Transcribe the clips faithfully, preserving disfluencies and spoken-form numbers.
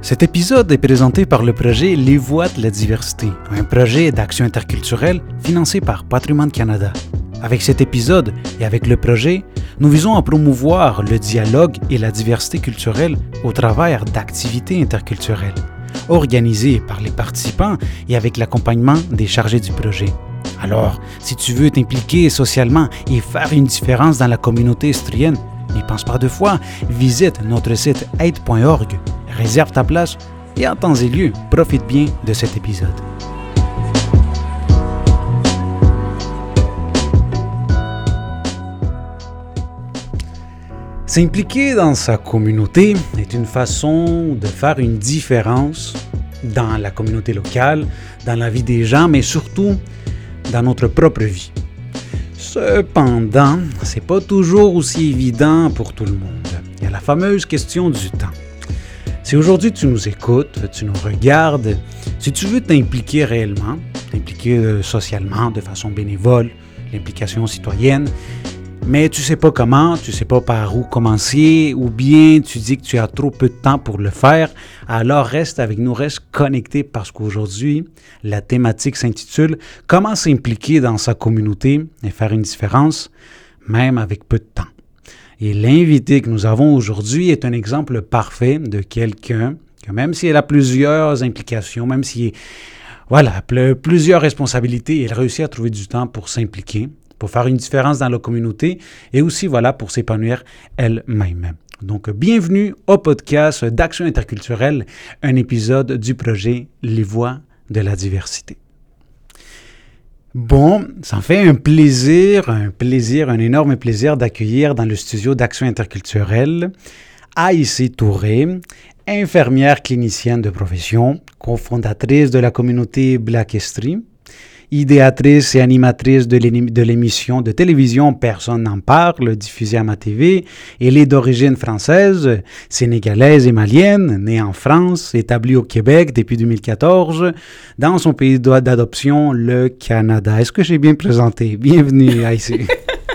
Cet épisode est présenté par le projet Les Voix de la diversité, un projet d'action interculturelle financé par Patrimoine Canada. Avec cet épisode et avec le projet, nous visons à promouvoir le dialogue et la diversité culturelle au travers d'activités interculturelles, organisées par les participants et avec l'accompagnement des chargés du projet. Alors, si tu veux t'impliquer socialement et faire une différence dans la communauté estrienne, n'y pense pas deux fois, visite notre site aide point org, réserve ta place et en temps et lieu, profite bien de cet épisode. S'impliquer dans sa communauté est une façon de faire une différence dans la communauté locale, dans la vie des gens, mais surtout dans notre propre vie. Cependant, c'est pas toujours aussi évident pour tout le monde. Il y a la fameuse question du temps. Si aujourd'hui tu nous écoutes, tu nous regardes, si tu veux t'impliquer réellement, t'impliquer socialement, de façon bénévole, l'implication citoyenne, mais tu sais pas comment, tu sais pas par où commencer, ou bien tu dis que tu as trop peu de temps pour le faire, alors reste avec nous, reste connecté parce qu'aujourd'hui, la thématique s'intitule « Comment s'impliquer dans sa communauté et faire une différence, même avec peu de temps ». Et l'invité que nous avons aujourd'hui est un exemple parfait de quelqu'un que même si elle a plusieurs implications, même si voilà, plusieurs responsabilités, elle réussit à trouver du temps pour s'impliquer, pour faire une différence dans la communauté et aussi voilà, pour s'épanouir elle-même. Donc, bienvenue au podcast d'Action interculturelle, un épisode du projet Les Voix de la diversité. Bon, ça me fait un plaisir, un plaisir, un énorme plaisir d'accueillir dans le studio d'Action interculturelle Aïssé Touré, infirmière clinicienne de profession, cofondatrice de la communauté Black Estrie, idéatrice et animatrice de, de l'émission de télévision Personne n'en parle, diffusée à Ma T V. Elle est d'origine française, sénégalaise et malienne, née en France, établie au Québec depuis deux mille quatorze, dans son pays d'adoption, le Canada. Est-ce que j'ai bien présenté? Bienvenue, Aïssé.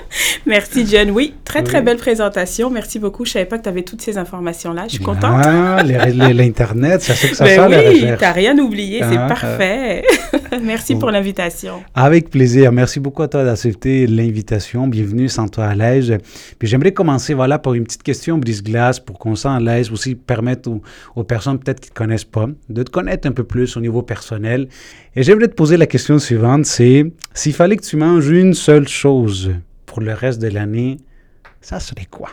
Merci, John. Oui, très, très oui. belle présentation. Merci beaucoup. Je ne savais pas que tu avais toutes ces informations-là. Je suis ah, contente. Les, les, L'Internet, ça fait que ça ben sort, oui, la recherche. Tu n'as rien oublié. Ah, c'est parfait. Ah. Merci bon. pour l'invitation. Avec plaisir. Merci beaucoup à toi d'accepter l'invitation. Bienvenue, sens-toi à l'aise. Puis j'aimerais commencer voilà, par une petite question brise-glace pour qu'on s'en à l'aise, aussi permettre aux, aux personnes peut-être qui ne te connaissent pas de te connaître un peu plus au niveau personnel. Et j'aimerais te poser la question suivante, c'est s'il fallait que tu manges une seule chose pour le reste de l'année, ça serait quoi?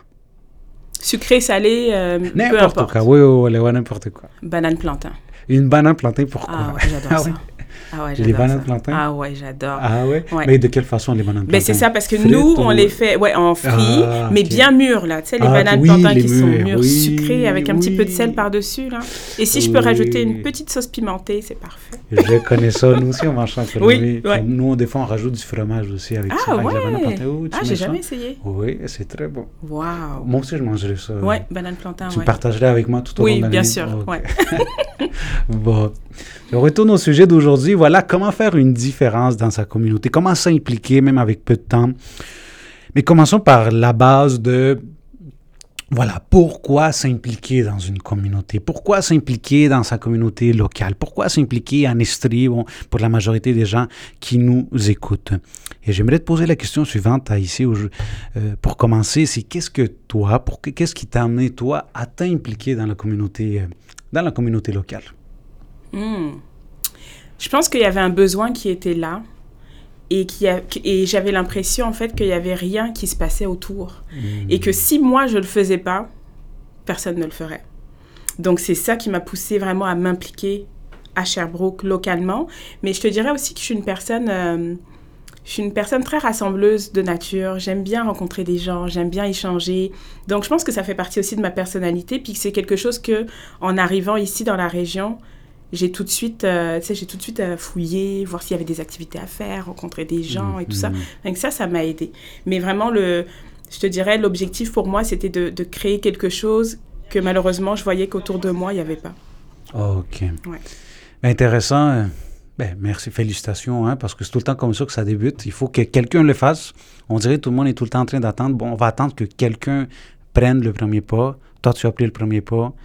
Sucré, salé, euh, peu importe. N'importe quoi, oui, oui, oui, n'importe quoi. Banane plantain. Une banane plantain, pourquoi? Ah ouais, j'adore ah, ça. Oui. Ah ouais, j'adore les bananes ça. plantains? Ah ouais, j'adore. Ah ouais? ouais? Mais de quelle façon les bananes plantains? Ben c'est ça, parce que Frites nous, ou... on les fait ouais, en frit, ah, mais okay. bien mûres, là. Tu sais, les ah, bananes oui, plantains qui mûres, sont mûres, oui, sucrées, avec un oui. petit peu de sel par-dessus, là. Et si oui. je peux rajouter une petite sauce pimentée, c'est parfait. Je connais ça. Nous aussi, on mange en oui, ouais. Nous, des fois, on rajoute du fromage aussi avec ah, ça. Ouais. Avec la banane plantain. Oh, ah, j'ai jamais essayé. Oui, c'est très bon. Wow. Moi aussi, je mangerais ça. Oui, banane plantain, Tu ouais. partagerais avec moi tout au oui, long de l'année? Oui, bien sûr, okay. ouais. Bon. Je retourne au sujet d'aujourd'hui. Voilà, comment faire une différence dans sa communauté, comment s'impliquer, même avec peu de temps. Mais commençons par la base de, voilà, pourquoi s'impliquer dans une communauté? Pourquoi s'impliquer dans sa communauté locale? Pourquoi s'impliquer en Estrie, bon, pour la majorité des gens qui nous écoutent? Et j'aimerais te poser la question suivante, ici, euh, pour commencer, c'est qu'est-ce que toi, pour, qu'est-ce qui t'a amené, toi, à t'impliquer dans la communauté, euh, dans la communauté locale? Mmh. Je pense qu'il y avait un besoin qui était là et, qui a, et j'avais l'impression en fait qu'il n'y avait rien qui se passait autour mmh. et que si moi je ne le faisais pas, personne ne le ferait. Donc c'est ça qui m'a poussée vraiment à m'impliquer à Sherbrooke localement. Mais je te dirais aussi que je suis une personne, euh, je suis une personne très rassembleuse de nature. J'aime bien rencontrer des gens, j'aime bien échanger. Donc je pense que ça fait partie aussi de ma personnalité puis que c'est quelque chose que en arrivant ici dans la région, j'ai tout de suite, euh, tu sais, j'ai tout de suite euh, fouillé, voir s'il y avait des activités à faire, rencontrer des gens mmh, et tout mmh. ça. Donc ça, ça m'a aidée. Mais vraiment, le, je te dirais, l'objectif pour moi, c'était de, de créer quelque chose que malheureusement, je voyais qu'autour de moi, il n'y avait pas. Oh, OK. Ouais. Intéressant. Ben, merci, félicitations, hein, parce que c'est tout le temps comme ça que ça débute. Il faut que quelqu'un le fasse. On dirait que tout le monde est tout le temps en train d'attendre. Bon, on va attendre que quelqu'un prenne le premier pas. Toi, tu as pris le premier pas.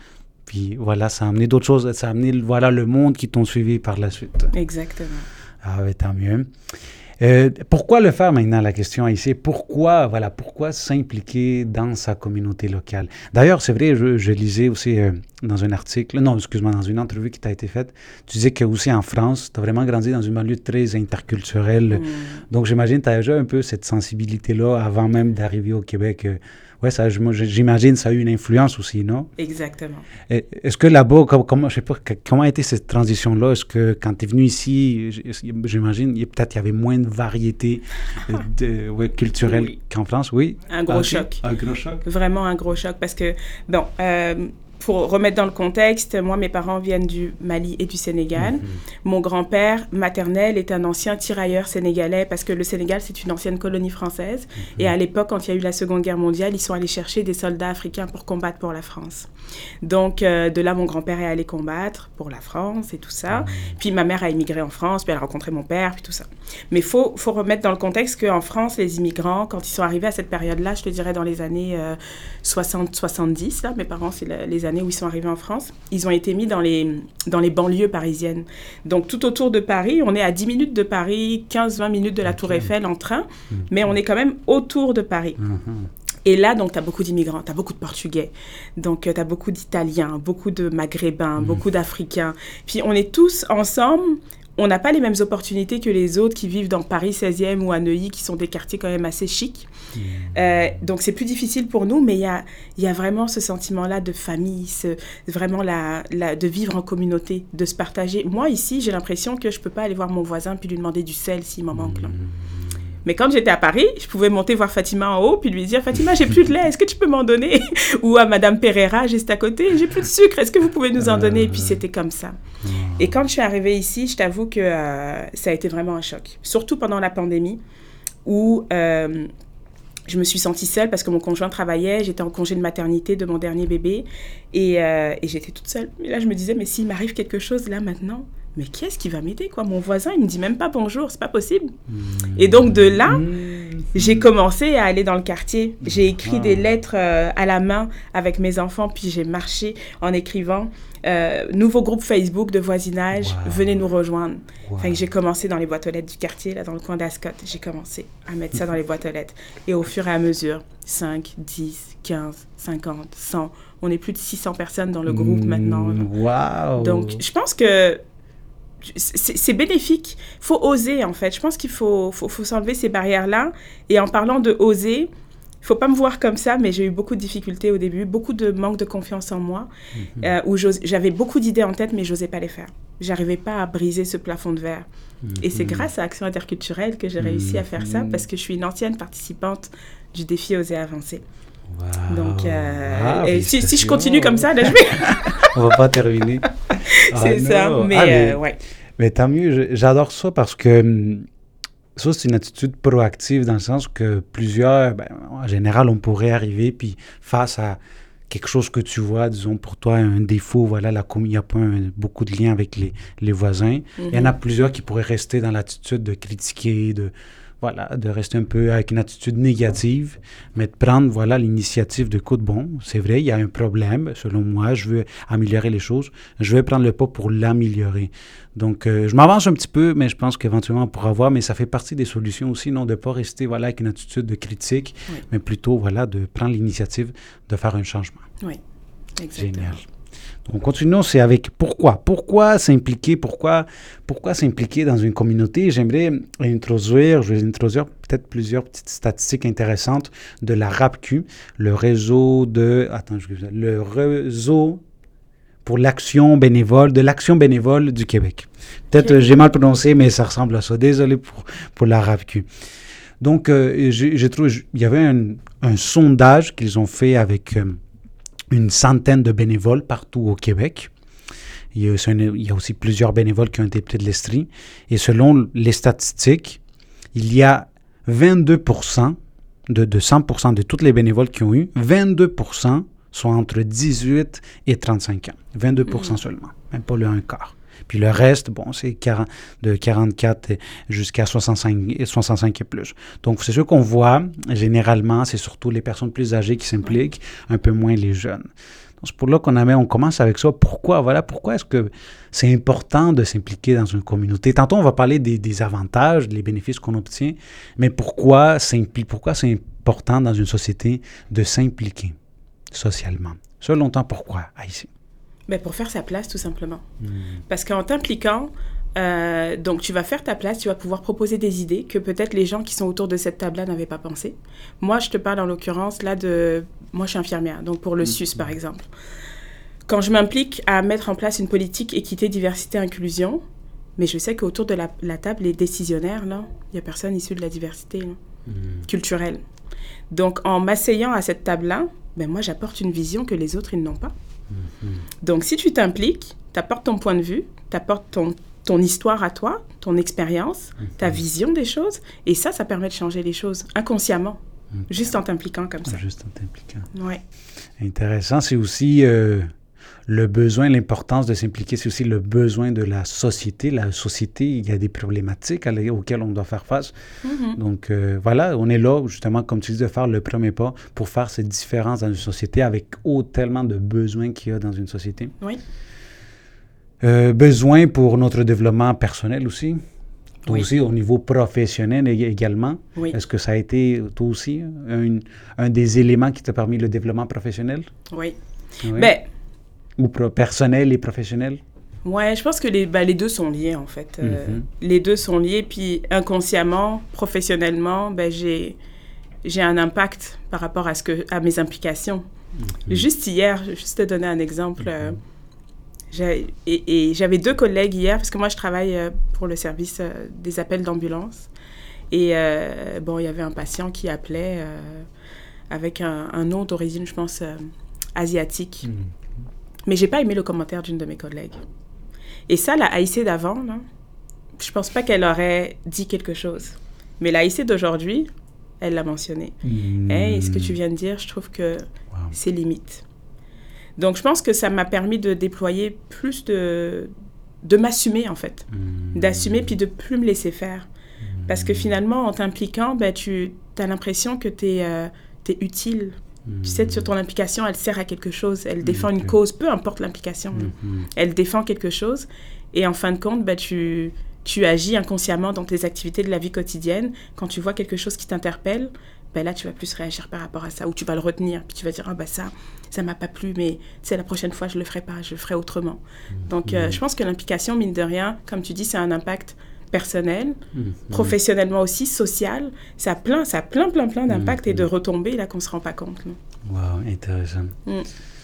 puis voilà, ça a amené d'autres choses, ça a amené voilà, le monde qui t'ont suivi par la suite. Exactement. Ah oui, tant mieux. Euh, pourquoi le faire maintenant, la question ici? Pourquoi, voilà, pourquoi s'impliquer dans sa communauté locale? D'ailleurs, c'est vrai, je, je lisais aussi euh, dans un article, non, excuse-moi, dans une entrevue qui t'a été faite, tu disais que aussi en France, tu as vraiment grandi dans une banlieue très interculturelle. Mm. Donc, j'imagine que tu as déjà un peu cette sensibilité-là avant même d'arriver au Québec. Euh, oui, j'imagine que ça a eu une influence aussi, non? Exactement. Et, est-ce que là-bas, comme, comment, je sais pas, comment a été cette transition-là? Est-ce que quand tu es venu ici, j'imagine, peut-être qu'il y avait moins de variété de, ouais, culturelle oui. qu'en France, oui? Un gros okay. choc. Un gros choc. Vraiment un gros choc parce que, bon, euh, pour remettre dans le contexte, moi, mes parents viennent du Mali et du Sénégal. Mm-hmm. Mon grand-père maternel est un ancien tirailleur sénégalais parce que le Sénégal, c'est une ancienne colonie française. Mm-hmm. Et à l'époque, quand il y a eu la Seconde Guerre mondiale, ils sont allés chercher des soldats africains pour combattre pour la France. Donc, euh, de là, mon grand-père est allé combattre pour la France et tout ça. Mm-hmm. Puis ma mère a immigré en France, puis elle a rencontré mon père, puis tout ça. Mais il faut, faut remettre dans le contexte qu'en France, les immigrants, quand ils sont arrivés à cette période-là, je te dirais dans les années euh, soixante soixante-dix, là, mes parents, c'est la, les années où ils sont arrivés en France, ils ont été mis dans les, dans les banlieues parisiennes. Donc, tout autour de Paris, on est à dix minutes de Paris, quinze vingt minutes de la Tour Eiffel en train, mmh. mais on est quand même autour de Paris. Mmh. Et là, donc, tu as beaucoup d'immigrants, tu as beaucoup de Portugais, donc euh, tu as beaucoup d'Italiens, beaucoup de Maghrébins, mmh. beaucoup d'Africains. Puis, on est tous ensemble. On n'a pas les mêmes opportunités que les autres qui vivent dans Paris seizième ou à Neuilly, qui sont des quartiers quand même assez chics. Mmh. Euh, donc, c'est plus difficile pour nous, mais il y a, y a vraiment ce sentiment-là de famille, ce, vraiment la, la, de vivre en communauté, de se partager. Moi, ici, j'ai l'impression que je ne peux pas aller voir mon voisin puis lui demander du sel s'il m'en manque. Là. Mais quand j'étais à Paris, je pouvais monter voir Fatima en haut puis lui dire « Fatima, j'ai plus de lait, est-ce que tu peux m'en donner ?» Ou à Madame Pereira, juste à côté, « J'ai plus de sucre, est-ce que vous pouvez nous en donner ?» Et puis c'était comme ça. Et quand je suis arrivée ici, je t'avoue que euh, ça a été vraiment un choc. Surtout pendant la pandémie, où euh, je me suis sentie seule parce que mon conjoint travaillait, j'étais en congé de maternité de mon dernier bébé et, euh, et j'étais toute seule. Et là, je me disais « Mais s'il m'arrive quelque chose là maintenant ?» Mais qui est-ce qui va m'aider, quoi? Mon voisin, il me dit même pas bonjour, c'est pas possible. Mmh. Et donc, de là, mmh. j'ai commencé à aller dans le quartier. J'ai écrit ah. des lettres euh, à la main avec mes enfants, puis j'ai marché en écrivant euh, nouveau groupe Facebook de voisinage, wow. venez nous rejoindre. Wow. Enfin, j'ai commencé dans les boîtes aux lettres du quartier, là, dans le coin d'Ascot. J'ai commencé à mettre ça dans les boîtes aux lettres. Et au fur et à mesure, cinq, dix, quinze, cinquante, cent, on est plus de six cents personnes dans le groupe mmh. maintenant. Wow. Donc, je pense que C'est, c'est bénéfique. Il faut oser, en fait. Je pense qu'il faut, faut, faut s'enlever ces barrières-là. Et en parlant de oser, il ne faut pas me voir comme ça, mais j'ai eu beaucoup de difficultés au début, beaucoup de manque de confiance en moi, mm-hmm. euh, où j'avais beaucoup d'idées en tête, mais je n'osais pas les faire. Je n'arrivais pas à briser ce plafond de verre. Mm-hmm. Et c'est grâce à Action interculturelle que j'ai réussi mm-hmm. à faire ça, parce que je suis une ancienne participante du défi Oser avancer. Wow. Donc, euh, ah, et si, si je continue comme ça, là, je vais... On va pas terminer. C'est ah, ça, mais, ah, mais, euh, ouais. mais tant mieux, j'adore ça parce que ça, c'est une attitude proactive dans le sens que plusieurs, ben, en général, on pourrait arriver, puis face à quelque chose que tu vois, disons, pour toi, un défaut, voilà, la com- il n'y a pas un, beaucoup de liens avec les, les voisins. Mm-hmm. Il y en a plusieurs qui pourraient rester dans l'attitude de critiquer, de... Voilà, de rester un peu avec une attitude négative, mais de prendre, voilà, l'initiative de coup de bon. C'est vrai, il y a un problème, selon moi, je veux améliorer les choses, je vais prendre le pas pour l'améliorer. Donc, euh, je m'avance un petit peu, mais je pense qu'éventuellement, on pourra voir, mais ça fait partie des solutions aussi, non, de ne pas rester, voilà, avec une attitude de critique, oui. mais plutôt, voilà, de prendre l'initiative de faire un changement. Oui, exactement. Génial. Donc, continuons, c'est avec pourquoi. Pourquoi s'impliquer, pourquoi, pourquoi s'impliquer dans une communauté? J'aimerais introduire, je vais introduire peut-être plusieurs petites statistiques intéressantes de la R A P Q, le réseau de, attends, je, le réseau pour l'action bénévole, de l'action bénévole du Québec. Peut-être okay. j'ai mal prononcé, mais ça ressemble à ça. Désolé pour, pour la R A P Q. Donc, euh, j'ai, j'ai trouvé, il y avait un, un sondage qu'ils ont fait avec... Euh, une centaine de bénévoles partout au Québec. Il y a, il y a aussi plusieurs bénévoles qui ont été députés de l'Estrie. Et selon les statistiques, il y a vingt-deux pour cent de, de cent pour cent de tous les bénévoles qui ont eu, vingt-deux pour cent sont entre dix-huit et trente-cinq ans. vingt-deux pour cent mmh. seulement, même pas le un quart. Puis le reste, bon, c'est quarante, de quarante-quatre jusqu'à soixante-cinq, soixante-cinq et plus. Donc, c'est ce qu'on voit. Généralement, c'est surtout les personnes plus âgées qui s'impliquent, un peu moins les jeunes. Donc, c'est pour là qu'on amène, on commence avec ça. Pourquoi, voilà, pourquoi est-ce que c'est important de s'impliquer dans une communauté? Tantôt, on va parler des, des avantages, des bénéfices qu'on obtient, mais pourquoi, pourquoi c'est important dans une société de s'impliquer socialement? Selon toi, pourquoi, Haïtien? Ben pour faire sa place, tout simplement. Mm. Parce qu'en t'impliquant, euh, donc tu vas faire ta place, tu vas pouvoir proposer des idées que peut-être les gens qui sont autour de cette table-là n'avaient pas pensé. Moi, je te parle en l'occurrence là de... Moi, je suis infirmière, donc pour le mm. S U S, par exemple. Quand je m'implique à mettre en place une politique équité, diversité, inclusion, mais je sais qu'autour de la, la table, les décisionnaires, là, il n'y a personne issu de la diversité là, mm. culturelle. Donc, en m'asseyant à cette table-là, ben moi, j'apporte une vision que les autres, ils n'ont pas. Mm-hmm. Donc, si tu t'impliques, tu apportes ton point de vue, tu apportes ton, ton histoire à toi, ton expérience, mm-hmm. ta vision des choses, et ça, ça permet de changer les choses inconsciemment, okay. juste en t'impliquant comme ça. Juste en t'impliquant. Oui. Intéressant, c'est aussi euh, le besoin, l'importance de s'impliquer, c'est aussi le besoin de la société. La société, il y a des problématiques auxquelles on doit faire face. Mm-hmm. Donc, euh, voilà, on est là, justement, comme tu dis, de faire le premier pas pour faire cette différence dans une société avec oh, tellement de besoins qu'il y a dans une société. Oui. Euh, besoin pour notre développement personnel aussi. Toi oui. aussi, au niveau professionnel également. Oui. Est-ce que ça a été, toi aussi, un, un des éléments qui t'a permis le développement professionnel? Oui. oui. Ben, Ou pro- personnel et professionnel? Ouais, je pense que les, ben, les deux sont liés, en fait. Euh, mm-hmm. Les deux sont liés, puis inconsciemment, professionnellement, ben, j'ai, j'ai un impact par rapport à, ce que, à mes implications. Mm-hmm. Juste hier, juste te donner un exemple, mm-hmm. euh, j'ai, et, et j'avais deux collègues hier, parce que moi, je travaille euh, pour le service euh, des appels d'ambulance. Et euh, bon, il y avait un patient qui appelait euh, avec un, un nom d'origine, je pense, euh, asiatique. Mm-hmm. Mais j'ai pas aimé le commentaire d'une de mes collègues. Et ça, la Haïtée d'avant, là, je pense pas qu'elle aurait dit quelque chose. Mais la Haïtée d'aujourd'hui, elle l'a mentionné. Mmh. Hey, ce que tu viens de dire, je trouve que wow. c'est limite. Donc, je pense que ça m'a permis de déployer plus de... de m'assumer, en fait. Mmh. D'assumer, puis de plus me laisser faire. Mmh. Parce que finalement, en t'impliquant, ben, tu as l'impression que tu es euh, utile. Mmh. Tu sais, sur ton implication, elle sert à quelque chose, elle défend okay. une cause, peu importe l'implication. Mmh. Elle défend quelque chose et en fin de compte, bah, tu, tu agis inconsciemment dans tes activités de la vie quotidienne. Quand tu vois quelque chose qui t'interpelle, bah, là, tu vas plus réagir par rapport à ça ou tu vas le retenir. Puis tu vas dire, ah, bah, ça, ça m'a pas plu, mais c'est la prochaine fois, je le ferai pas, je le ferai autrement. Mmh. Donc, euh, je pense que l'implication, mine de rien, comme tu dis, c'est un impact personnel, mmh. professionnellement aussi, social. Ça a plein, ça a plein, plein, plein d'impacts mmh. et de retombées là qu'on ne se rend pas compte. Wow, intéressant. Mmh.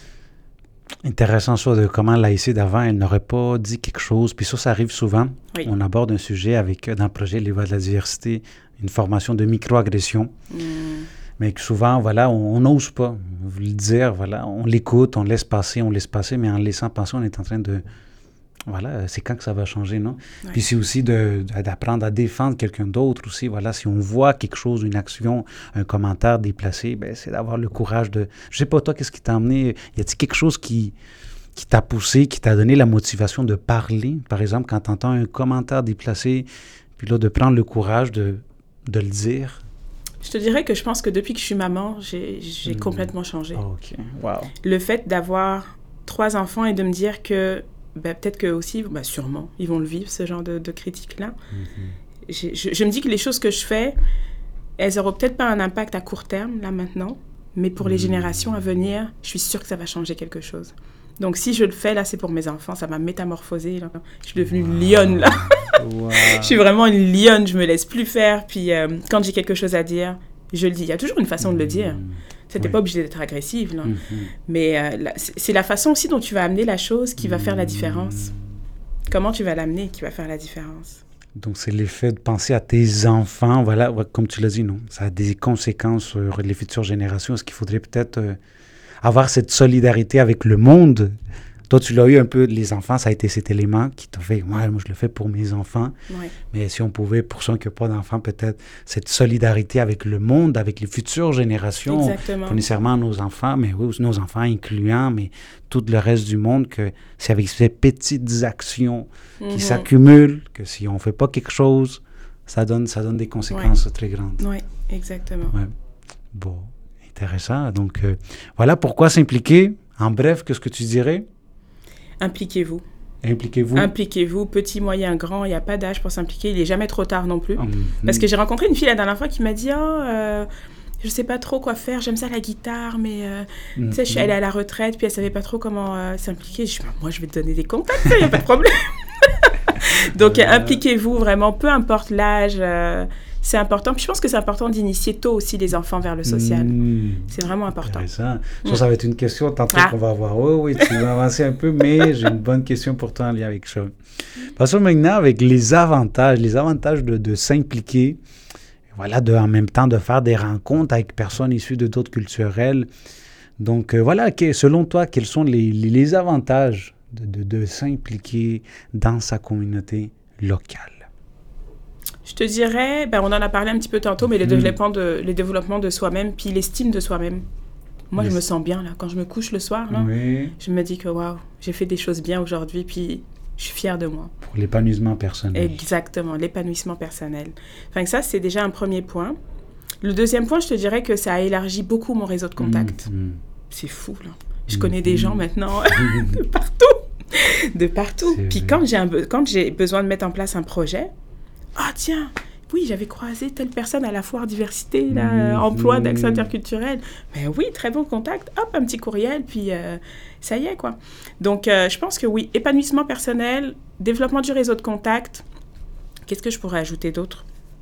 Intéressant ça de comment l'Haïtée d'avant, elle n'aurait pas dit quelque chose. Puis ça, ça arrive souvent. Oui. On aborde un sujet avec, dans le projet Les Voix de la diversité, une formation de microagression. Mmh. Mais que souvent, voilà, on n'ose pas vous le dire. Voilà, on l'écoute, on laisse passer, on laisse passer, mais en laissant passer, on est en train de... Voilà, c'est quand que ça va changer, non? Ouais. Puis c'est aussi de, d'apprendre à défendre quelqu'un d'autre aussi. Voilà, si on voit quelque chose, une action, un commentaire déplacé, ben c'est d'avoir le courage de... Je sais pas, toi, qu'est-ce qui t'a amené? Y a-t-il quelque chose qui, qui t'a poussé, qui t'a donné la motivation de parler? Par exemple, quand tu entends un commentaire déplacé, puis là, de prendre le courage de, de le dire? Je te dirais que je pense que depuis que je suis maman, j'ai, j'ai mmh. complètement changé. Oh, OK. Wow. Le fait d'avoir trois enfants et de me dire que ben, peut-être qu'eux aussi, ben, sûrement, ils vont le vivre, ce genre de, de critiques-là. Mm-hmm. Je, je, je me dis que les choses que je fais, elles n'auront peut-être pas un impact à court terme, là, maintenant, mais pour mm-hmm. les générations à venir, je suis sûre que ça va changer quelque chose. Donc, si je le fais, là, c'est pour mes enfants, ça m'a métamorphosée, là. Je suis devenue wow. une lionne, là. Wow. Je suis vraiment une lionne, je me laisse plus faire, puis euh, quand j'ai quelque chose à dire, je le dis. Il y a toujours une façon mm-hmm. de le dire. C'était oui. pas obligé d'être agressive, là. Mm-hmm. Mais euh, la, c'est, c'est la façon aussi dont tu vas amener la chose qui va mm-hmm. faire la différence. Comment tu vas l'amener qui va faire la différence. Donc, c'est l'effet de penser à tes enfants. Voilà, comme tu l'as dit, non. Ça a des conséquences sur les futures générations. Est-ce qu'il faudrait peut-être euh, avoir cette solidarité avec le monde? Toi, tu l'as eu un peu, les enfants, ça a été cet élément qui t'a fait, ouais, moi, je le fais pour mes enfants. Ouais. Mais si on pouvait, pour ceux qui n'ont pas d'enfants, peut-être cette solidarité avec le monde, avec les futures générations. Exactement. Pas nécessairement nos enfants, mais oui, nos enfants incluant, mais tout le reste du monde, que c'est avec ces petites actions mm-hmm. qui s'accumulent, que si on ne fait pas quelque chose, ça donne, ça donne des conséquences ouais. très grandes. Oui, exactement. Ouais. Bon, intéressant. Donc, euh, voilà pourquoi s'impliquer. En bref, qu'est-ce que tu dirais? Impliquez-vous. Impliquez-vous. Impliquez-vous, petit, moyen, grand, il n'y a pas d'âge pour s'impliquer, il n'est jamais trop tard non plus. Mm-hmm. Parce que j'ai rencontré une fille la dernière fois qui m'a dit « Oh, euh, je ne sais pas trop quoi faire, j'aime ça la guitare, mais euh, mm-hmm. tu sais, je suis allée à la retraite, puis elle ne savait pas trop comment euh, s'impliquer. » Je dis « Moi, je vais te donner des contacts, il n'y a pas de problème. » Donc, euh... impliquez-vous vraiment, peu importe l'âge, euh, c'est important. Puis je pense que c'est important d'initier tôt aussi les enfants vers le social. Mmh. C'est vraiment important. Intéressant. Mmh. Ça, ça va être une question tantôt ah. qu'on va avoir. Oh, oui, tu vas avancer un peu, mais j'ai une bonne question pour toi en lien avec ça. Passons maintenant avec les avantages, les avantages de, de s'impliquer, voilà, de, en même temps de faire des rencontres avec personnes issues de d'autres culturels. Donc, euh, voilà, que, selon toi, quels sont les, les, les avantages de, de, de s'impliquer dans sa communauté locale? Je te dirais, ben on en a parlé un petit peu tantôt, mais le, mmh. développement, de, le développement de soi-même, puis l'estime de soi-même. Moi, yes. je me sens bien, là. Quand je me couche le soir, là, oui. je me dis que, waouh, j'ai fait des choses bien aujourd'hui, puis je suis fière de moi. Pour l'épanouissement personnel. Exactement, l'épanouissement personnel. Enfin, ça, c'est déjà un premier point. Le deuxième point, je te dirais que ça a élargi beaucoup mon réseau de contacts. Mmh. C'est fou, là. Je mmh. connais des gens maintenant de partout. De partout. C'est puis quand j'ai, un, quand j'ai besoin de mettre en place un projet, ah tiens, oui, j'avais croisé telle personne à la foire diversité, là, mmh, emploi d'accès interculturel. Ben oui, très bon contact. Hop, un petit courriel, puis euh, ça y est, quoi. Donc, euh, je pense que oui, épanouissement personnel, développement du réseau de contacts. Qu'est-ce que je pourrais ajouter d'autre?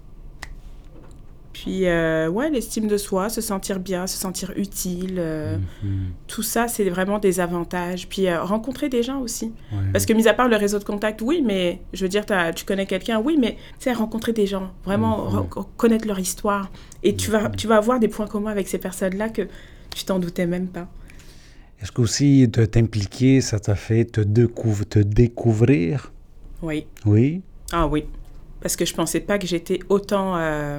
Puis, euh, ouais, l'estime de soi, se sentir bien, se sentir utile. Euh, mmh. Tout ça, c'est vraiment des avantages. Puis, euh, rencontrer des gens aussi. Ouais. Parce que, mis à part le réseau de contact, oui, mais, je veux dire, tu connais quelqu'un, oui, mais, tu sais, rencontrer des gens, vraiment mmh. re- connaître leur histoire. Et mmh. tu vas, tu vas avoir des points communs avec ces personnes-là que tu t'en doutais même pas. Est-ce qu'aussi de t'impliquer, ça t'a fait te, découvre, te découvrir? Oui. Oui? Ah oui. Parce que je pensais pas que j'étais autant... Euh,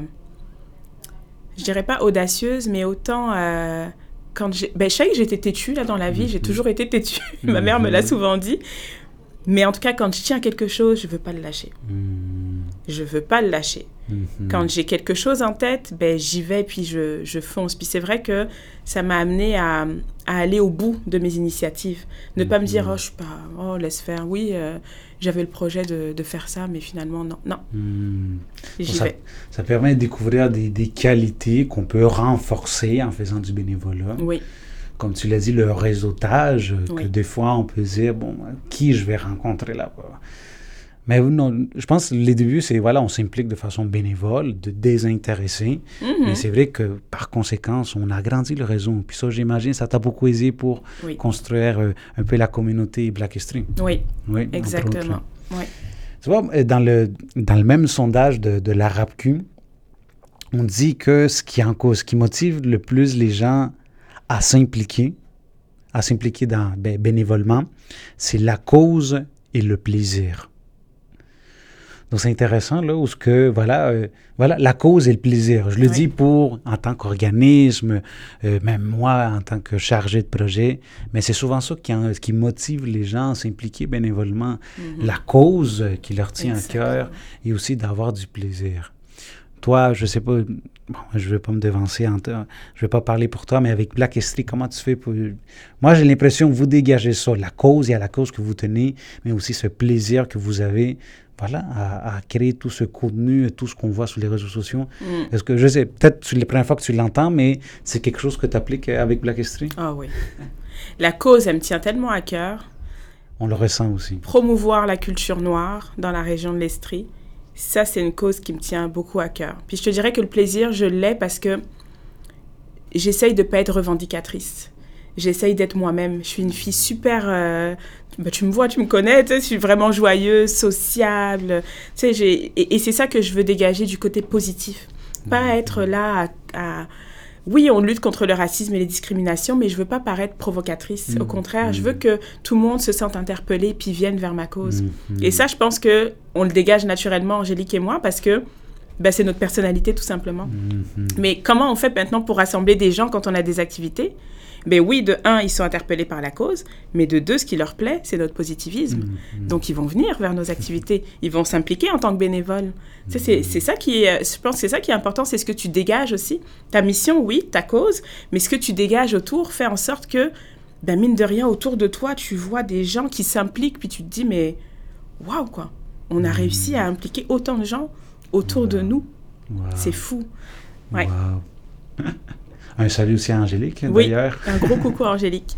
je dirais pas audacieuse, mais autant... Euh, quand j'ai... Ben, je sais que j'étais têtue, là, dans la vie. Mmh. J'ai toujours été têtue. Mmh. Ma mère me l'a souvent dit. Mais en tout cas, quand je tiens à quelque chose, je veux pas le lâcher. Mmh. Je veux pas le lâcher. Mmh. Quand j'ai quelque chose en tête, ben, j'y vais, puis je, je fonce. Puis c'est vrai que ça m'a amenée à, à aller au bout de mes initiatives. Ne mmh. pas me dire, oh, je suis pas... Oh, laisse faire. Oui, euh, j'avais le projet de, de faire ça, mais finalement, non. Non. Mmh. J'y ça, vais. Ça permet de découvrir des, des qualités qu'on peut renforcer en faisant du bénévolat. Oui. Comme tu l'as dit, le réseautage, oui. que des fois, on peut dire, bon, qui je vais rencontrer là-bas? Mais non, je pense que les débuts, c'est, voilà, on s'implique de façon bénévole, de désintéressé. Mm-hmm. Mais c'est vrai que, par conséquence, on agrandit le réseau. Puis ça, j'imagine, ça t'a beaucoup aidé pour oui. construire euh, un peu la communauté Black History. Oui, oui exactement. Oui. Tu vois, dans le, dans le même sondage de, de la R A P Q, on dit que ce qui, en cause, ce qui motive le plus les gens à s'impliquer, à s'impliquer dans, ben, bénévolement, c'est la cause et le plaisir. Donc, c'est intéressant, là, où ce que, voilà, euh, voilà, la cause et le plaisir. Je le oui. dis pour, en tant qu'organisme, euh, même moi, en tant que chargé de projet, mais c'est souvent ça qui, en, qui motive les gens à s'impliquer bénévolement. Mm-hmm. La cause qui leur tient Exactement. à cœur et aussi d'avoir du plaisir. Toi, je sais pas, bon, je ne vais pas me devancer, en te, je ne vais pas parler pour toi, mais avec Black History, comment tu fais pour... Moi, j'ai l'impression que vous dégagez ça, la cause, il y a la cause que vous tenez, mais aussi ce plaisir que vous avez, voilà, à, à créer tout ce contenu, tout ce qu'on voit sur les réseaux sociaux. Mm. Est-ce que, je sais, peut-être c'est la première fois que tu l'entends, mais c'est quelque chose que tu appliques avec Black History? Ah oui. La cause, elle me tient tellement à cœur. On le ressent aussi. Promouvoir la culture noire dans la région de l'Estrie. Ça, c'est une cause qui me tient beaucoup à cœur. Puis je te dirais que le plaisir, je l'ai parce que j'essaye de ne pas être revendicatrice. J'essaye d'être moi-même. Je suis une fille super... Euh, bah, tu me vois, tu me connais, tu sais, je suis vraiment joyeuse, sociable. Tu sais, j'ai, et, et c'est ça que je veux dégager du côté positif. Pas être là à... à oui, on lutte contre le racisme et les discriminations, mais je ne veux pas paraître provocatrice. Mmh, Au contraire, mmh. je veux que tout le monde se sente interpellé puis vienne vers ma cause. Mmh, et ça, je pense qu'on le dégage naturellement, Angélique et moi, parce que ben, c'est notre personnalité, tout simplement. Mmh. Mais comment on fait maintenant pour rassembler des gens quand on a des activités? Ben oui, de un, ils sont interpellés par la cause, mais de deux, ce qui leur plaît, c'est notre positivisme. Mmh. Donc, ils vont venir vers nos activités. Ils vont s'impliquer en tant que bénévoles. Tu sais, c'est, c'est ça qui est, je pense que c'est ça qui est important, c'est ce que tu dégages aussi. Ta mission, oui, ta cause, mais ce que tu dégages autour fait en sorte que ben mine de rien, autour de toi, tu vois des gens qui s'impliquent, puis tu te dis, mais waouh, quoi. On a mmh. réussi à impliquer autant de gens autour wow. de nous. Wow. C'est fou. Ouais. Wow. Un salut aussi à Angélique, oui, d'ailleurs. Un gros coucou à Angélique.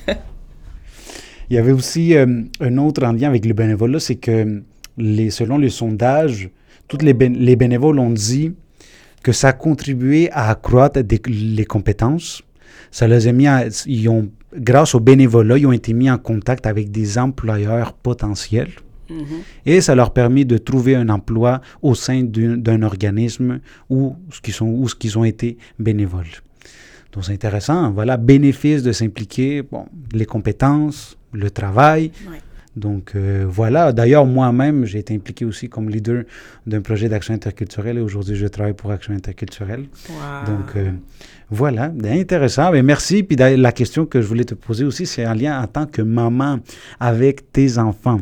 Il y avait aussi euh, un autre en lien avec le bénévolat, c'est que les, selon les sondages, tous les, bé- les bénévoles ont dit que ça a contribué à accroître des, les compétences. Ça les a mis à, ils ont, grâce au bénévolat, ils ont été mis en contact avec des employeurs potentiels. Mm-hmm. Et ça leur a permis de trouver un emploi au sein d'un, d'un organisme où, où, sont, où ils ont été bénévoles. Donc, c'est intéressant. Voilà, bénéfice de s'impliquer, bon, les compétences, le travail. Ouais. Donc, euh, voilà. D'ailleurs, moi-même, j'ai été impliqué aussi comme leader d'un projet d'action interculturelle et aujourd'hui, je travaille pour Action interculturelle. Wow. Donc, euh, voilà, intéressant. Mais merci. Puis la question que je voulais te poser aussi, c'est en lien en tant que maman avec tes enfants.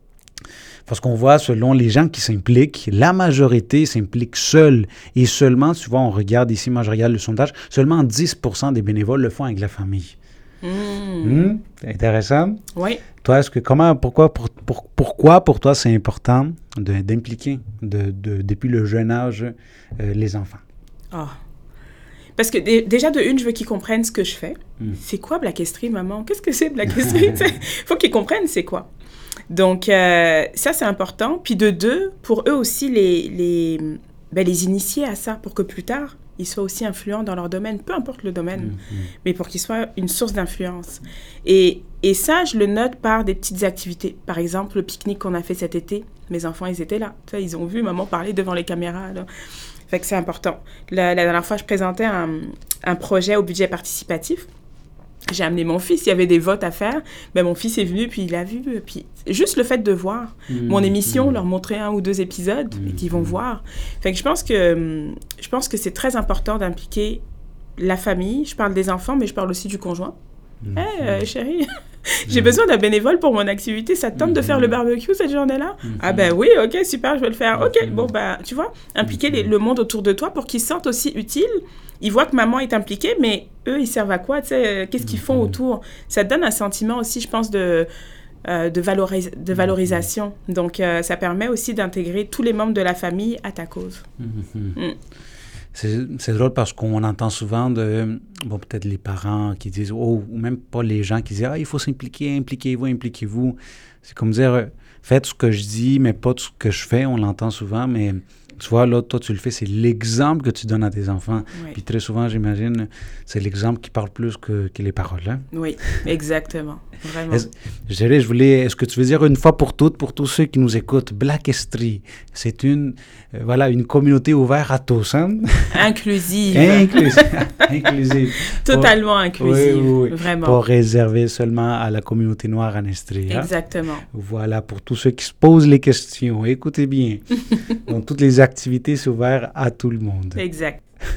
Parce qu'on voit, selon les gens qui s'impliquent, la majorité s'implique seule. Et seulement, souvent, on regarde ici, moi je regarde le sondage, seulement dix pour cent des bénévoles le font avec la famille. Mmh. Mmh, c'est intéressant. Oui. Toi, est-ce que, comment, pourquoi, pour, pour, pourquoi pour toi c'est important de, d'impliquer de, de, depuis le jeune âge euh, les enfants? Ah. Oh. Parce que d- déjà, de une, je veux qu'ils comprennent ce que je fais. Mmh. C'est quoi Black History, maman? Qu'est-ce que c'est Black History? Il faut qu'ils comprennent c'est quoi. Donc, euh, ça, c'est important. Puis de deux, pour eux aussi, les, les, ben, les initier à ça pour que plus tard, ils soient aussi influents dans leur domaine, peu importe le domaine, mmh. mais pour qu'ils soient une source d'influence. Et, et ça, je le note par des petites activités. Par exemple, le pique-nique qu'on a fait cet été, mes enfants, ils étaient là. Tu sais, ils ont vu maman parler devant les caméras, là. Fait que c'est important. La, la dernière fois, je présentais un, un projet au budget participatif. J'ai amené mon fils, il y avait des votes à faire. Ben, mon fils est venu, puis il a vu. Puis juste le fait de voir mmh, mon émission, mmh. leur montrer un ou deux épisodes, mmh. et qu'ils vont voir. Fait que je pense que, je pense que c'est très important d'impliquer la famille. Je parle des enfants, mais je parle aussi du conjoint. Mmh. Hé, hey, euh, chérie, j'ai mmh. besoin d'un bénévole pour mon activité. Ça te tente mmh. de faire le barbecue cette journée-là? Mmh. Ah ben oui, ok, super, je vais le faire. Ok, mmh. bon, ben, tu vois, impliquer mmh. les, le monde autour de toi pour qu'ils se sentent aussi utiles. Ils voient que maman est impliquée, mais eux, ils servent à quoi? Tu sais, qu'est-ce qu'ils font autour? Ça te donne un sentiment aussi, je pense, de, euh, de, valoris- de valorisation. Donc, euh, ça permet aussi d'intégrer tous les membres de la famille à ta cause. Mm-hmm. Mm. C'est, c'est drôle parce qu'on entend souvent de, bon, peut-être les parents qui disent, oh, ou même pas les gens qui disent, ah, il faut s'impliquer, impliquez-vous, impliquez-vous. C'est comme dire, faites ce que je dis, mais pas ce que je fais. On l'entend souvent, mais... Tu vois, là, toi, tu le fais, c'est l'exemple que tu donnes à tes enfants. Oui. Puis très souvent, j'imagine, c'est l'exemple qui parle plus que, que les paroles. Hein? Oui, exactement. Vraiment. Est-ce, je dirais, je voulais, est-ce que tu veux dire une fois pour toutes, pour tous ceux qui nous écoutent, Black History, c'est une, euh, voilà, une communauté ouverte à tous, hein? Inclusive. Inclusive. Inclusive. Totalement pour, inclusive, oui, oui, vraiment. Pas réservé seulement à la communauté noire en Estrie. Hein? Exactement. Voilà, pour tous ceux qui se posent les questions, écoutez bien. Donc, toutes les activités sont ouvertes à tout le monde. Exact.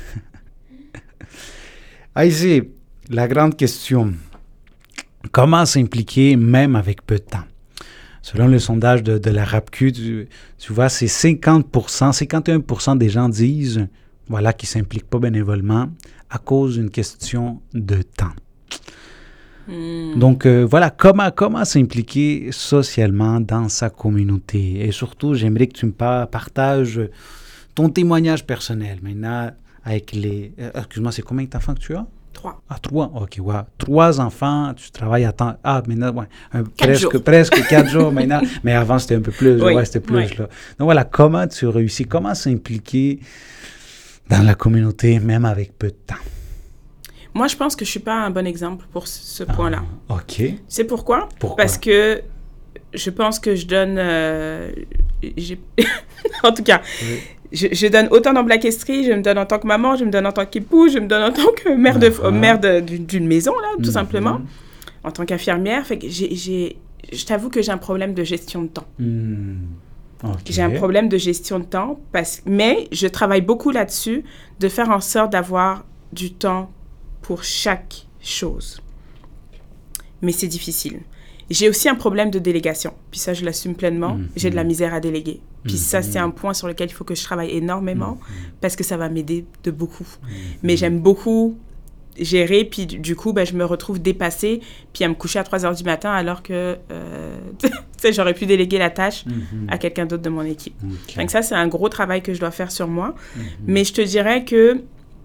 Ici, la grande question. Comment s'impliquer même avec peu de temps? Selon le sondage de, de la R A P Q, tu, tu vois, c'est cinquante pour cent, cinquante et un pour cent des gens disent voilà, qu'ils ne s'impliquent pas bénévolement à cause d'une question de temps. Mm. Donc, euh, voilà, comment, comment s'impliquer socialement dans sa communauté? Et surtout, j'aimerais que tu me par- partages ton témoignage personnel. Maintenant, avec les... Euh, excuse-moi, c'est combien d'enfants que tu as? Trois. Ah, trois? OK, ouais. Trois enfants, tu travailles à temps... Ah, maintenant, ouais. Un, presque, jours. presque quatre jours maintenant. Mais avant, c'était un peu plus. Oui. Ouais, c'était plus, oui. là. Donc, voilà, comment tu réussis? Comment s'impliquer dans la communauté, même avec peu de temps? Moi, je pense que je ne suis pas un bon exemple pour ce, ce point-là. Ah, OK. C'est pourquoi? Pourquoi? Parce que je pense que je donne... Euh, j'ai... en tout cas... Oui. Je, je donne autant dans Black History, je me donne en tant que maman, je me donne en tant qu'épouse, je me donne en tant que mère, de, uh-huh. mère de, d'une, d'une maison, là, tout mm-hmm. simplement, en tant qu'infirmière. Fait que j'ai, j'ai, je t'avoue que j'ai un problème de gestion de temps. Mm. Okay. J'ai un problème de gestion de temps, parce, mais je travaille beaucoup là-dessus, de faire en sorte d'avoir du temps pour chaque chose. Mais c'est difficile. J'ai aussi un problème de délégation. Puis ça, je l'assume pleinement. Mm-hmm. J'ai de la misère à déléguer. Puis mm-hmm. ça, c'est un point sur lequel il faut que je travaille énormément mm-hmm. parce que ça va m'aider de beaucoup. Mm-hmm. Mais j'aime beaucoup gérer, puis du, du coup, ben, je me retrouve dépassée, puis à me coucher à trois heures du matin, alors que euh, tu sais, j'aurais pu déléguer la tâche mm-hmm. à quelqu'un d'autre de mon équipe. Okay. Donc ça, c'est un gros travail que je dois faire sur moi. Mm-hmm. Mais je te dirais que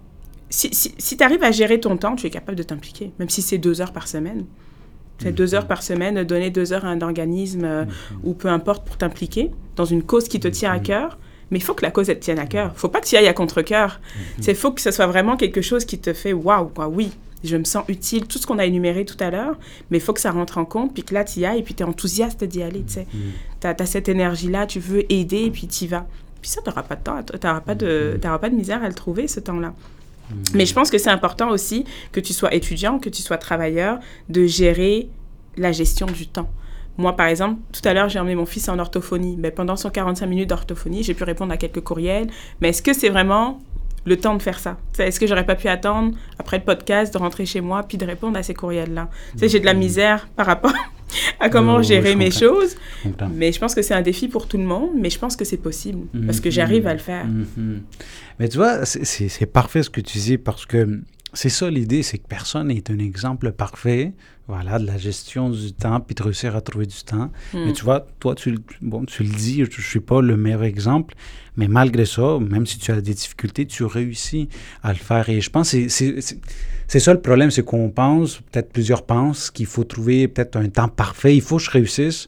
si, si, si tu arrives à gérer ton temps, tu es capable de t'impliquer, même si c'est deux heures par semaine. C'est mm-hmm. deux heures par semaine, donner deux heures à un organisme euh, mm-hmm. ou peu importe pour t'impliquer dans une cause qui te tient à cœur. Mais il faut que la cause, elle te tienne à cœur. Il ne faut pas que tu y ailles à contre-cœur. Il mm-hmm. faut que ce soit vraiment quelque chose qui te fait « waouh, quoi, oui, je me sens utile », tout ce qu'on a énuméré tout à l'heure, mais il faut que ça rentre en compte, puis que là, tu y ailles, et puis tu es enthousiaste d'y aller, tu sais. Mm-hmm. Tu as cette énergie-là, tu veux aider, et puis tu y vas. Puis ça, tu n'auras pas de temps, tu n'auras pas, mm-hmm. pas de misère à le trouver, ce temps-là. Mm-hmm. Mais je pense que c'est important aussi que tu sois étudiant, que tu sois travailleur, de gérer la gestion du temps. Moi, par exemple, tout à l'heure, j'ai emmené mon fils en orthophonie. Mais pendant son quarante-cinq minutes d'orthophonie, j'ai pu répondre à quelques courriels. Mais est-ce que c'est vraiment le temps de faire ça? T'sais, est-ce que j'aurais pas pu attendre, après le podcast, de rentrer chez moi puis de répondre à ces courriels-là? Mmh. J'ai de la misère par rapport à comment oh, gérer mes choses. Je mais je pense que c'est un défi pour tout le monde, mais je pense que c'est possible mmh. parce que j'arrive à le faire. Mmh. Mais tu vois, c'est, c'est, c'est parfait ce que tu dis parce que c'est ça l'idée, c'est que personne n'est un exemple parfait, voilà, de la gestion du temps, puis de réussir à trouver du temps. Mm. Mais tu vois, toi, tu, bon, tu le dis, je ne suis pas le meilleur exemple, mais malgré ça, même si tu as des difficultés, tu réussis à le faire. Et je pense que c'est, c'est, c'est, c'est ça le problème, c'est qu'on pense, peut-être plusieurs pensent, qu'il faut trouver peut-être un temps parfait. Il faut que je réussisse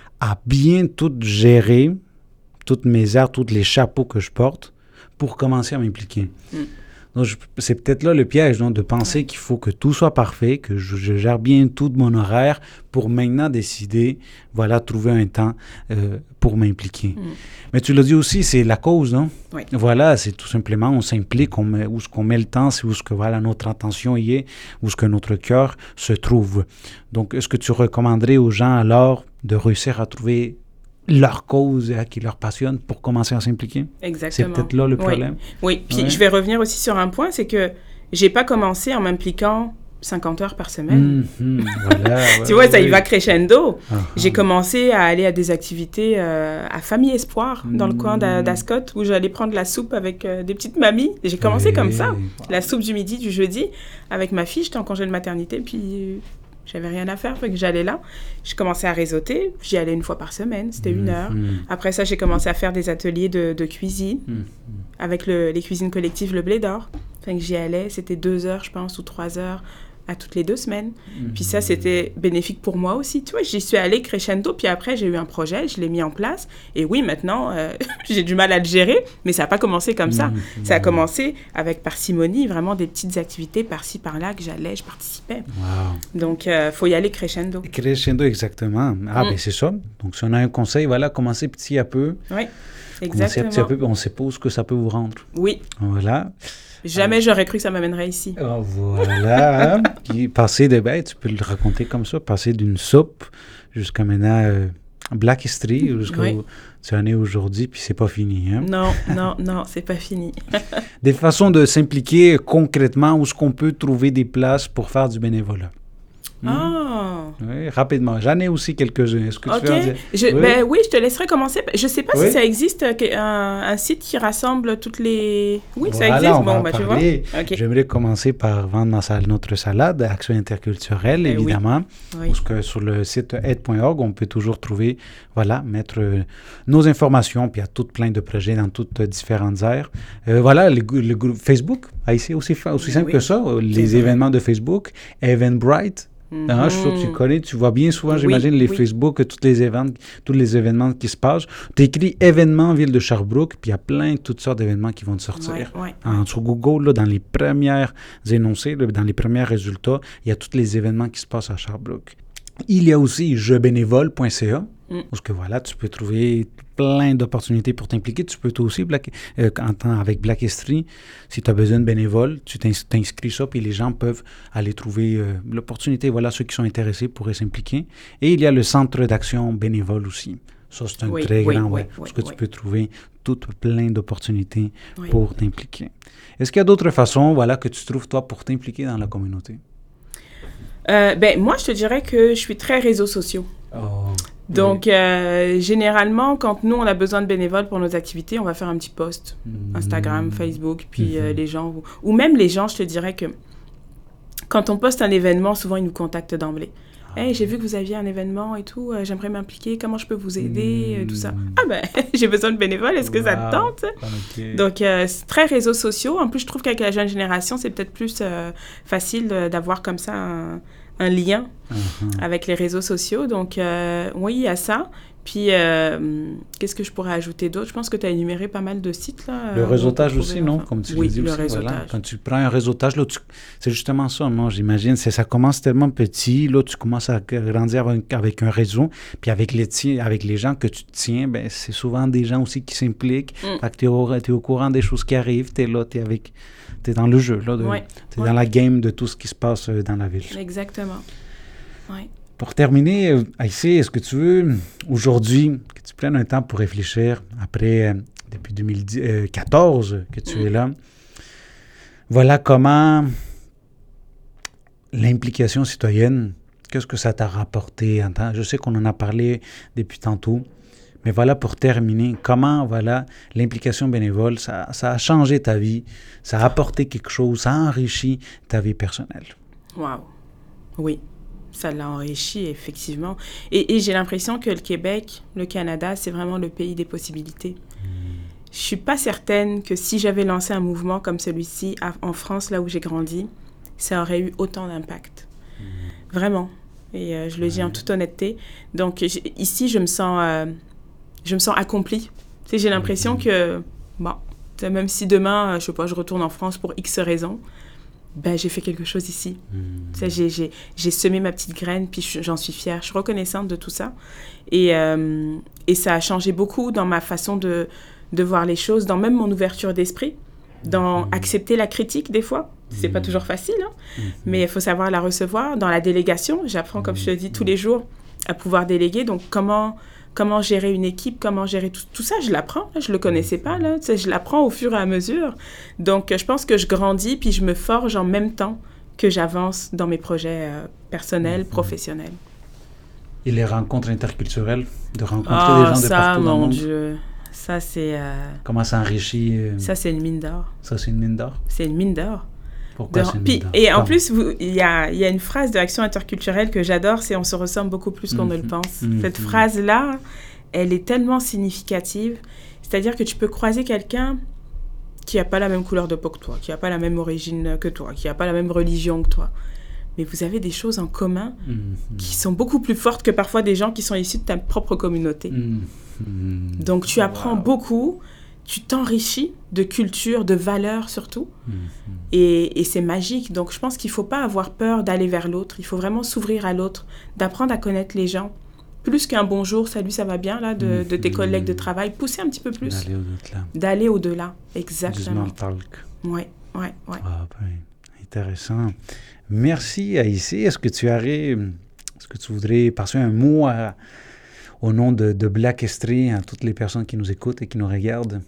à bien tout gérer, toutes mes airs, tous les chapeaux que je porte, pour commencer à m'impliquer. Mm. Donc, je, c'est peut-être là le piège, donc, de penser qu'il faut que tout soit parfait, que je, je gère bien tout de mon horaire pour maintenant décider, voilà, trouver un temps euh, pour m'impliquer. Mm. Mais tu l'as dit aussi, c'est la cause, non? Oui. Voilà, c'est tout simplement, on s'implique, on met, où est-ce qu'on met le temps, c'est où est-ce que voilà, notre attention y est, où est-ce que notre cœur se trouve. Donc, est-ce que tu recommanderais aux gens alors de réussir à trouver leur cause euh, qui leur passionne pour commencer à s'impliquer? Exactement. C'est peut-être là le problème. Oui, oui. Puis ouais. je vais revenir aussi sur un point, c'est que j'ai pas commencé en m'impliquant cinquante heures par semaine. Mmh, voilà, ouais, tu vois, ouais, ça y ouais. va crescendo. Ah, j'ai ah. commencé à aller à des activités euh, à Famille Espoir, mmh. dans le coin d'A- d'Ascot, où j'allais prendre la soupe avec euh, des petites mamies. Et j'ai commencé oui. comme ça, wow. la soupe du midi, du jeudi, avec ma fille. J'étais en congé de maternité, puis j'avais rien à faire, fait que j'allais là. Je commençais à réseauter. J'y allais une fois par semaine, c'était mmh. une heure. Mmh. Après ça, j'ai commencé à faire des ateliers de, de cuisine mmh. avec le, les cuisines collectives Le Blé d'Or. Fait que j'y allais, c'était deux heures, je pense, ou trois heures à toutes les deux semaines. Mmh. Puis ça, c'était bénéfique pour moi aussi. Tu vois, j'y suis allée crescendo, puis après, j'ai eu un projet, je l'ai mis en place. Et oui, maintenant, euh, j'ai du mal à le gérer, mais ça n'a pas commencé comme ça. Mmh. Ça a commencé avec parcimonie, vraiment des petites activités par-ci, par-là, que j'allais, je participais. Wow. Donc, il euh, faut y aller crescendo. Crescendo, exactement. Ah, mmh. ben c'est ça. Donc, si on a un conseil, voilà, commencez petit à peu. Oui, exactement. Petit à peu, on ne sait pas où ce que ça peut vous rendre. Oui. Voilà. Jamais j'aurais cru que ça m'amènerait ici. Oh, voilà. Puis passer de, ben, tu peux le raconter comme ça, passer d'une soupe jusqu'à maintenant euh, Black History, jusqu'à oui. où tu en es aujourd'hui, puis c'est pas fini. Hein? Non, non, non, c'est pas fini. Des façons de s'impliquer concrètement, où est-ce qu'on peut trouver des places pour faire du bénévolat? Ah! Oh. Oui, rapidement. J'en ai aussi quelques-uns. Est-ce que tu okay. veux en dire? Je, oui. Ben, oui, je te laisserai commencer. Je ne sais pas oui. si ça existe, un, un site qui rassemble toutes les... Oui, voilà, ça existe. On bon, va ben, tu vois. Okay. J'aimerais commencer par vendre ma sal- notre salade, Action interculturelle, eh évidemment. Oui. Parce que sur le site aide point org, on peut toujours trouver, voilà, mettre euh, nos informations, puis il y a tout plein de projets dans toutes euh, différentes aires. Euh, voilà, le, le groupe Facebook, ici aussi, aussi simple oui. que ça, les c'est événements vrai. De Facebook, Eventbrite. Mm-hmm. Hein, je suis sûr que tu connais, tu vois bien souvent, oui, j'imagine, les oui. Facebook, tous les événements, tous les événements qui se passent. Tu écris événements Ville de Sherbrooke, puis il y a plein de toutes sortes d'événements qui vont te sortir. Ouais, ouais, hein, ouais. Sur Google, là, dans les premières énoncés, là, dans les premiers résultats, il y a tous les événements qui se passent à Sherbrooke. Il y a aussi je bénévole point c a, mm. parce que voilà, tu peux trouver plein d'opportunités pour t'impliquer. Tu peux toi aussi, Black, euh, en temps avec Black History, si tu as besoin de bénévoles, tu t'ins- t'inscris ça, puis les gens peuvent aller trouver euh, l'opportunité. Voilà, ceux qui sont intéressés pourraient s'impliquer. Et il y a le centre d'action bénévole aussi. Ça, c'est un oui, très oui, grand, oui, ouais, oui, parce que oui. tu peux trouver toutes plein d'opportunités oui. pour t'impliquer. Est-ce qu'il y a d'autres façons, voilà, que tu trouves, toi, pour t'impliquer dans la communauté? Euh, ben, moi, je te dirais que je suis très réseaux sociaux. Oh, Donc, oui. euh, généralement, quand nous, on a besoin de bénévoles pour nos activités, on va faire un petit post. Mmh. Instagram, Facebook, puis mmh. euh, les gens... Ou, ou même les gens, je te dirais que Quand on poste un événement, souvent, ils nous contactent d'emblée. « Hey, j'ai vu que vous aviez un événement et tout, euh, j'aimerais m'impliquer, comment je peux vous aider, mmh. tout ça. » Ah ben, j'ai besoin de bénévoles, est-ce que wow. ça te tente? Okay. Donc, euh, c'est très réseaux sociaux. En plus, je trouve qu'avec la jeune génération, c'est peut-être plus euh, facile d'avoir comme ça un, un lien uh-huh. avec les réseaux sociaux. Donc, euh, oui, il y a ça. Puis, euh, qu'est-ce que je pourrais ajouter d'autre? Je pense que tu as énuméré pas mal de sites. Là, le réseautage aussi, non? Comme tu oui, l'as dit le aussi. Réseautage. Voilà. Quand tu prends un réseautage, là, tu... c'est justement ça, non? J'imagine. C'est, ça commence tellement petit. Là, tu commences à grandir avec, avec un réseau. Puis avec les, avec les gens que tu tiens, ben, c'est souvent des gens aussi qui s'impliquent. Mm. Fait que tu es au, t'es au courant des choses qui arrivent. Tu es là, tu es avec... Tu es dans le jeu. Là, de... ouais. Tu es ouais. dans la game de tout ce qui se passe dans la ville. Exactement. Oui. Pour terminer, Aïssé, est-ce que tu veux, aujourd'hui, que tu prennes un temps pour réfléchir, après, euh, depuis deux mille quatorze que tu mmh. es là, voilà comment l'implication citoyenne, qu'est-ce que ça t'a rapporté en temps? Je sais qu'on en a parlé depuis tantôt, mais voilà, pour terminer, comment, voilà, l'implication bénévole, ça, ça a changé ta vie, ça a apporté quelque chose, ça a enrichi ta vie personnelle. Wow, oui. Ça l'a enrichi, effectivement. Et, et j'ai l'impression que le Québec, le Canada, c'est vraiment le pays des possibilités. Mmh. Je ne suis pas certaine que si j'avais lancé un mouvement comme celui-ci à, en France, là où j'ai grandi, ça aurait eu autant d'impact. Mmh. Vraiment. Et euh, je le dis mmh. en toute honnêteté. Donc, ici, je me sens, euh, je me sens accomplie. Tu sais, j'ai l'impression mmh. que, bon, même si demain, je ne sais pas, je retourne en France pour X raisons, ben, j'ai fait quelque chose ici. Mmh. J'ai, j'ai, j'ai semé ma petite graine, puis j'en suis fière. Je suis reconnaissante de tout ça. Et, euh, et ça a changé beaucoup dans ma façon de, de voir les choses, dans même mon ouverture d'esprit, dans mmh. accepter la critique des fois. C'est mmh. pas toujours facile, hein, mmh. mais il faut savoir la recevoir. Dans la délégation, j'apprends, comme je te le dis, tous les jours à pouvoir déléguer. Donc, comment... Comment gérer une équipe, comment gérer tout, tout ça, je l'apprends. Là, je ne le connaissais pas. Là, tu sais, je l'apprends au fur et à mesure. Donc, je pense que je grandis puis je me forge en même temps que j'avance dans mes projets euh, personnels, mmh. professionnels. Et les rencontres interculturelles, de rencontrer oh, des gens de ça, partout dans le monde. Dieu. Ça, c'est... Euh... Comment ça enrichit euh... Ça, c'est une mine d'or. Ça, c'est une mine d'or? C'est une mine d'or. Pourquoi de... c'est une Puis, mine d'or? Et en plus, il y a, y a une phrase de Action interculturelle que j'adore, c'est « on se ressemble beaucoup plus qu'on mmh. ne le pense mmh. ». Cette mmh. phrase-là, elle est tellement significative. C'est-à-dire que tu peux croiser quelqu'un qui n'a pas la même couleur de peau que toi, qui n'a pas la même origine que toi, qui n'a pas la même religion que toi. Mais vous avez des choses en commun mmh. qui sont beaucoup plus fortes que parfois des gens qui sont issus de ta propre communauté. Mmh. Donc, tu apprends wow. beaucoup, tu t'enrichis de culture, de valeurs surtout. Mmh. Et, et c'est magique. Donc, je pense qu'il ne faut pas avoir peur d'aller vers l'autre. Il faut vraiment s'ouvrir à l'autre, d'apprendre à connaître les gens. Plus qu'un bonjour, salut, ça va bien, là, de, de tes collègues de travail. Pousser un petit peu plus. D'aller au-delà. D'aller au-delà, exactement. Du small talk. Oui, oui, oui. Ah, ben, intéressant. Merci, Aïssé. Est-ce que tu aurais, est-ce que tu voudrais passer un mot à, au nom de, de Black History à toutes les personnes qui nous écoutent et qui nous regardent?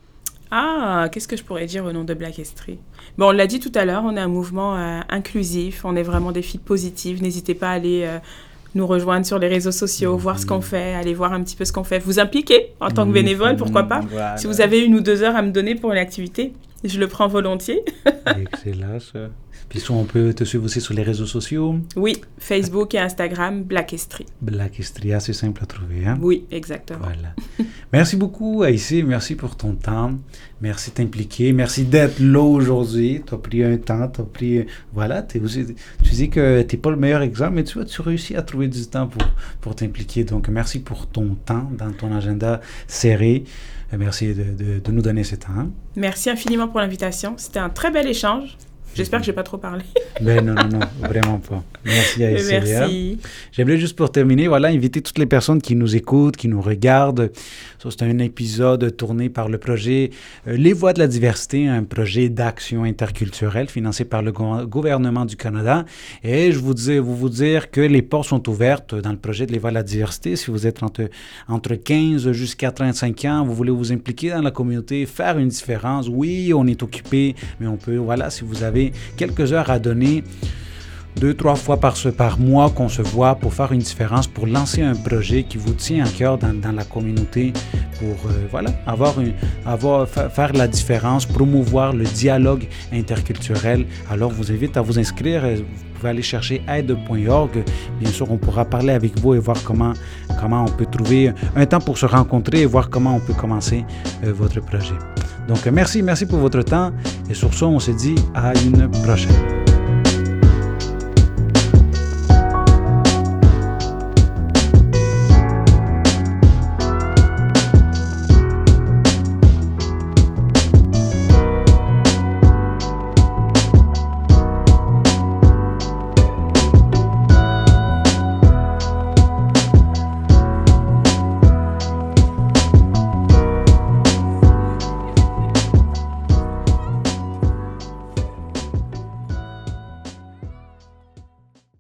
Ah, qu'est-ce que je pourrais dire au nom de Black History? Bon, on l'a dit tout à l'heure, on est un mouvement euh, inclusif, on est vraiment des filles positives. N'hésitez pas à aller... Euh, nous rejoindre sur les réseaux sociaux, mmh. voir ce qu'on fait, aller voir un petit peu ce qu'on fait, vous impliquer en tant que bénévole, pourquoi pas. Voilà. Si vous avez une ou deux heures à me donner pour une activité, je le prends volontiers. Excellent, ça. Puis on peut te suivre aussi sur les réseaux sociaux? Oui, Facebook et Instagram, Black History. Black History, assez simple à trouver, hein? Oui, exactement. Voilà. Merci beaucoup, Aïssé. Merci pour ton temps. Merci de t'impliquer. Merci d'être là aujourd'hui. Tu as pris un temps, tu as pris... Voilà, t'es aussi, tu dis que tu n'es pas le meilleur exemple, mais tu vois, tu réussis à trouver du temps pour, pour t'impliquer. Donc, merci pour ton temps dans ton agenda serré. Merci de, de, de nous donner ce temps. Merci infiniment pour l'invitation. C'était un très bel échange. J'espère que je n'ai pas trop parlé. Ben non, non, non, vraiment pas. Merci à Aïssé. Merci. J'aimerais juste pour terminer, voilà, inviter toutes les personnes qui nous écoutent, qui nous regardent. Ça, c'est un épisode tourné par le projet euh, Les Voix de la diversité, un projet d'action interculturelle financé par le go- gouvernement du Canada. Et je vous dis, vous vous dire que les portes sont ouvertes dans le projet de Les Voix de la diversité. Si vous êtes entre, entre quinze jusqu'à trente-cinq ans, vous voulez vous impliquer dans la communauté, faire une différence. Oui, on est occupé, mais on peut, voilà, si vous avez quelques heures à donner, deux, trois fois par, par mois qu'on se voit pour faire une différence, pour lancer un projet qui vous tient à cœur dans, dans la communauté, pour euh, voilà, avoir une, avoir, faire la différence, promouvoir le dialogue interculturel. Alors, je vous invite à vous inscrire. Vous pouvez aller chercher aide point org. Bien sûr, on pourra parler avec vous et voir comment, comment on peut trouver un temps pour se rencontrer et voir comment on peut commencer euh, votre projet. Donc, merci, merci pour votre temps. Et sur ça, on se dit à une prochaine.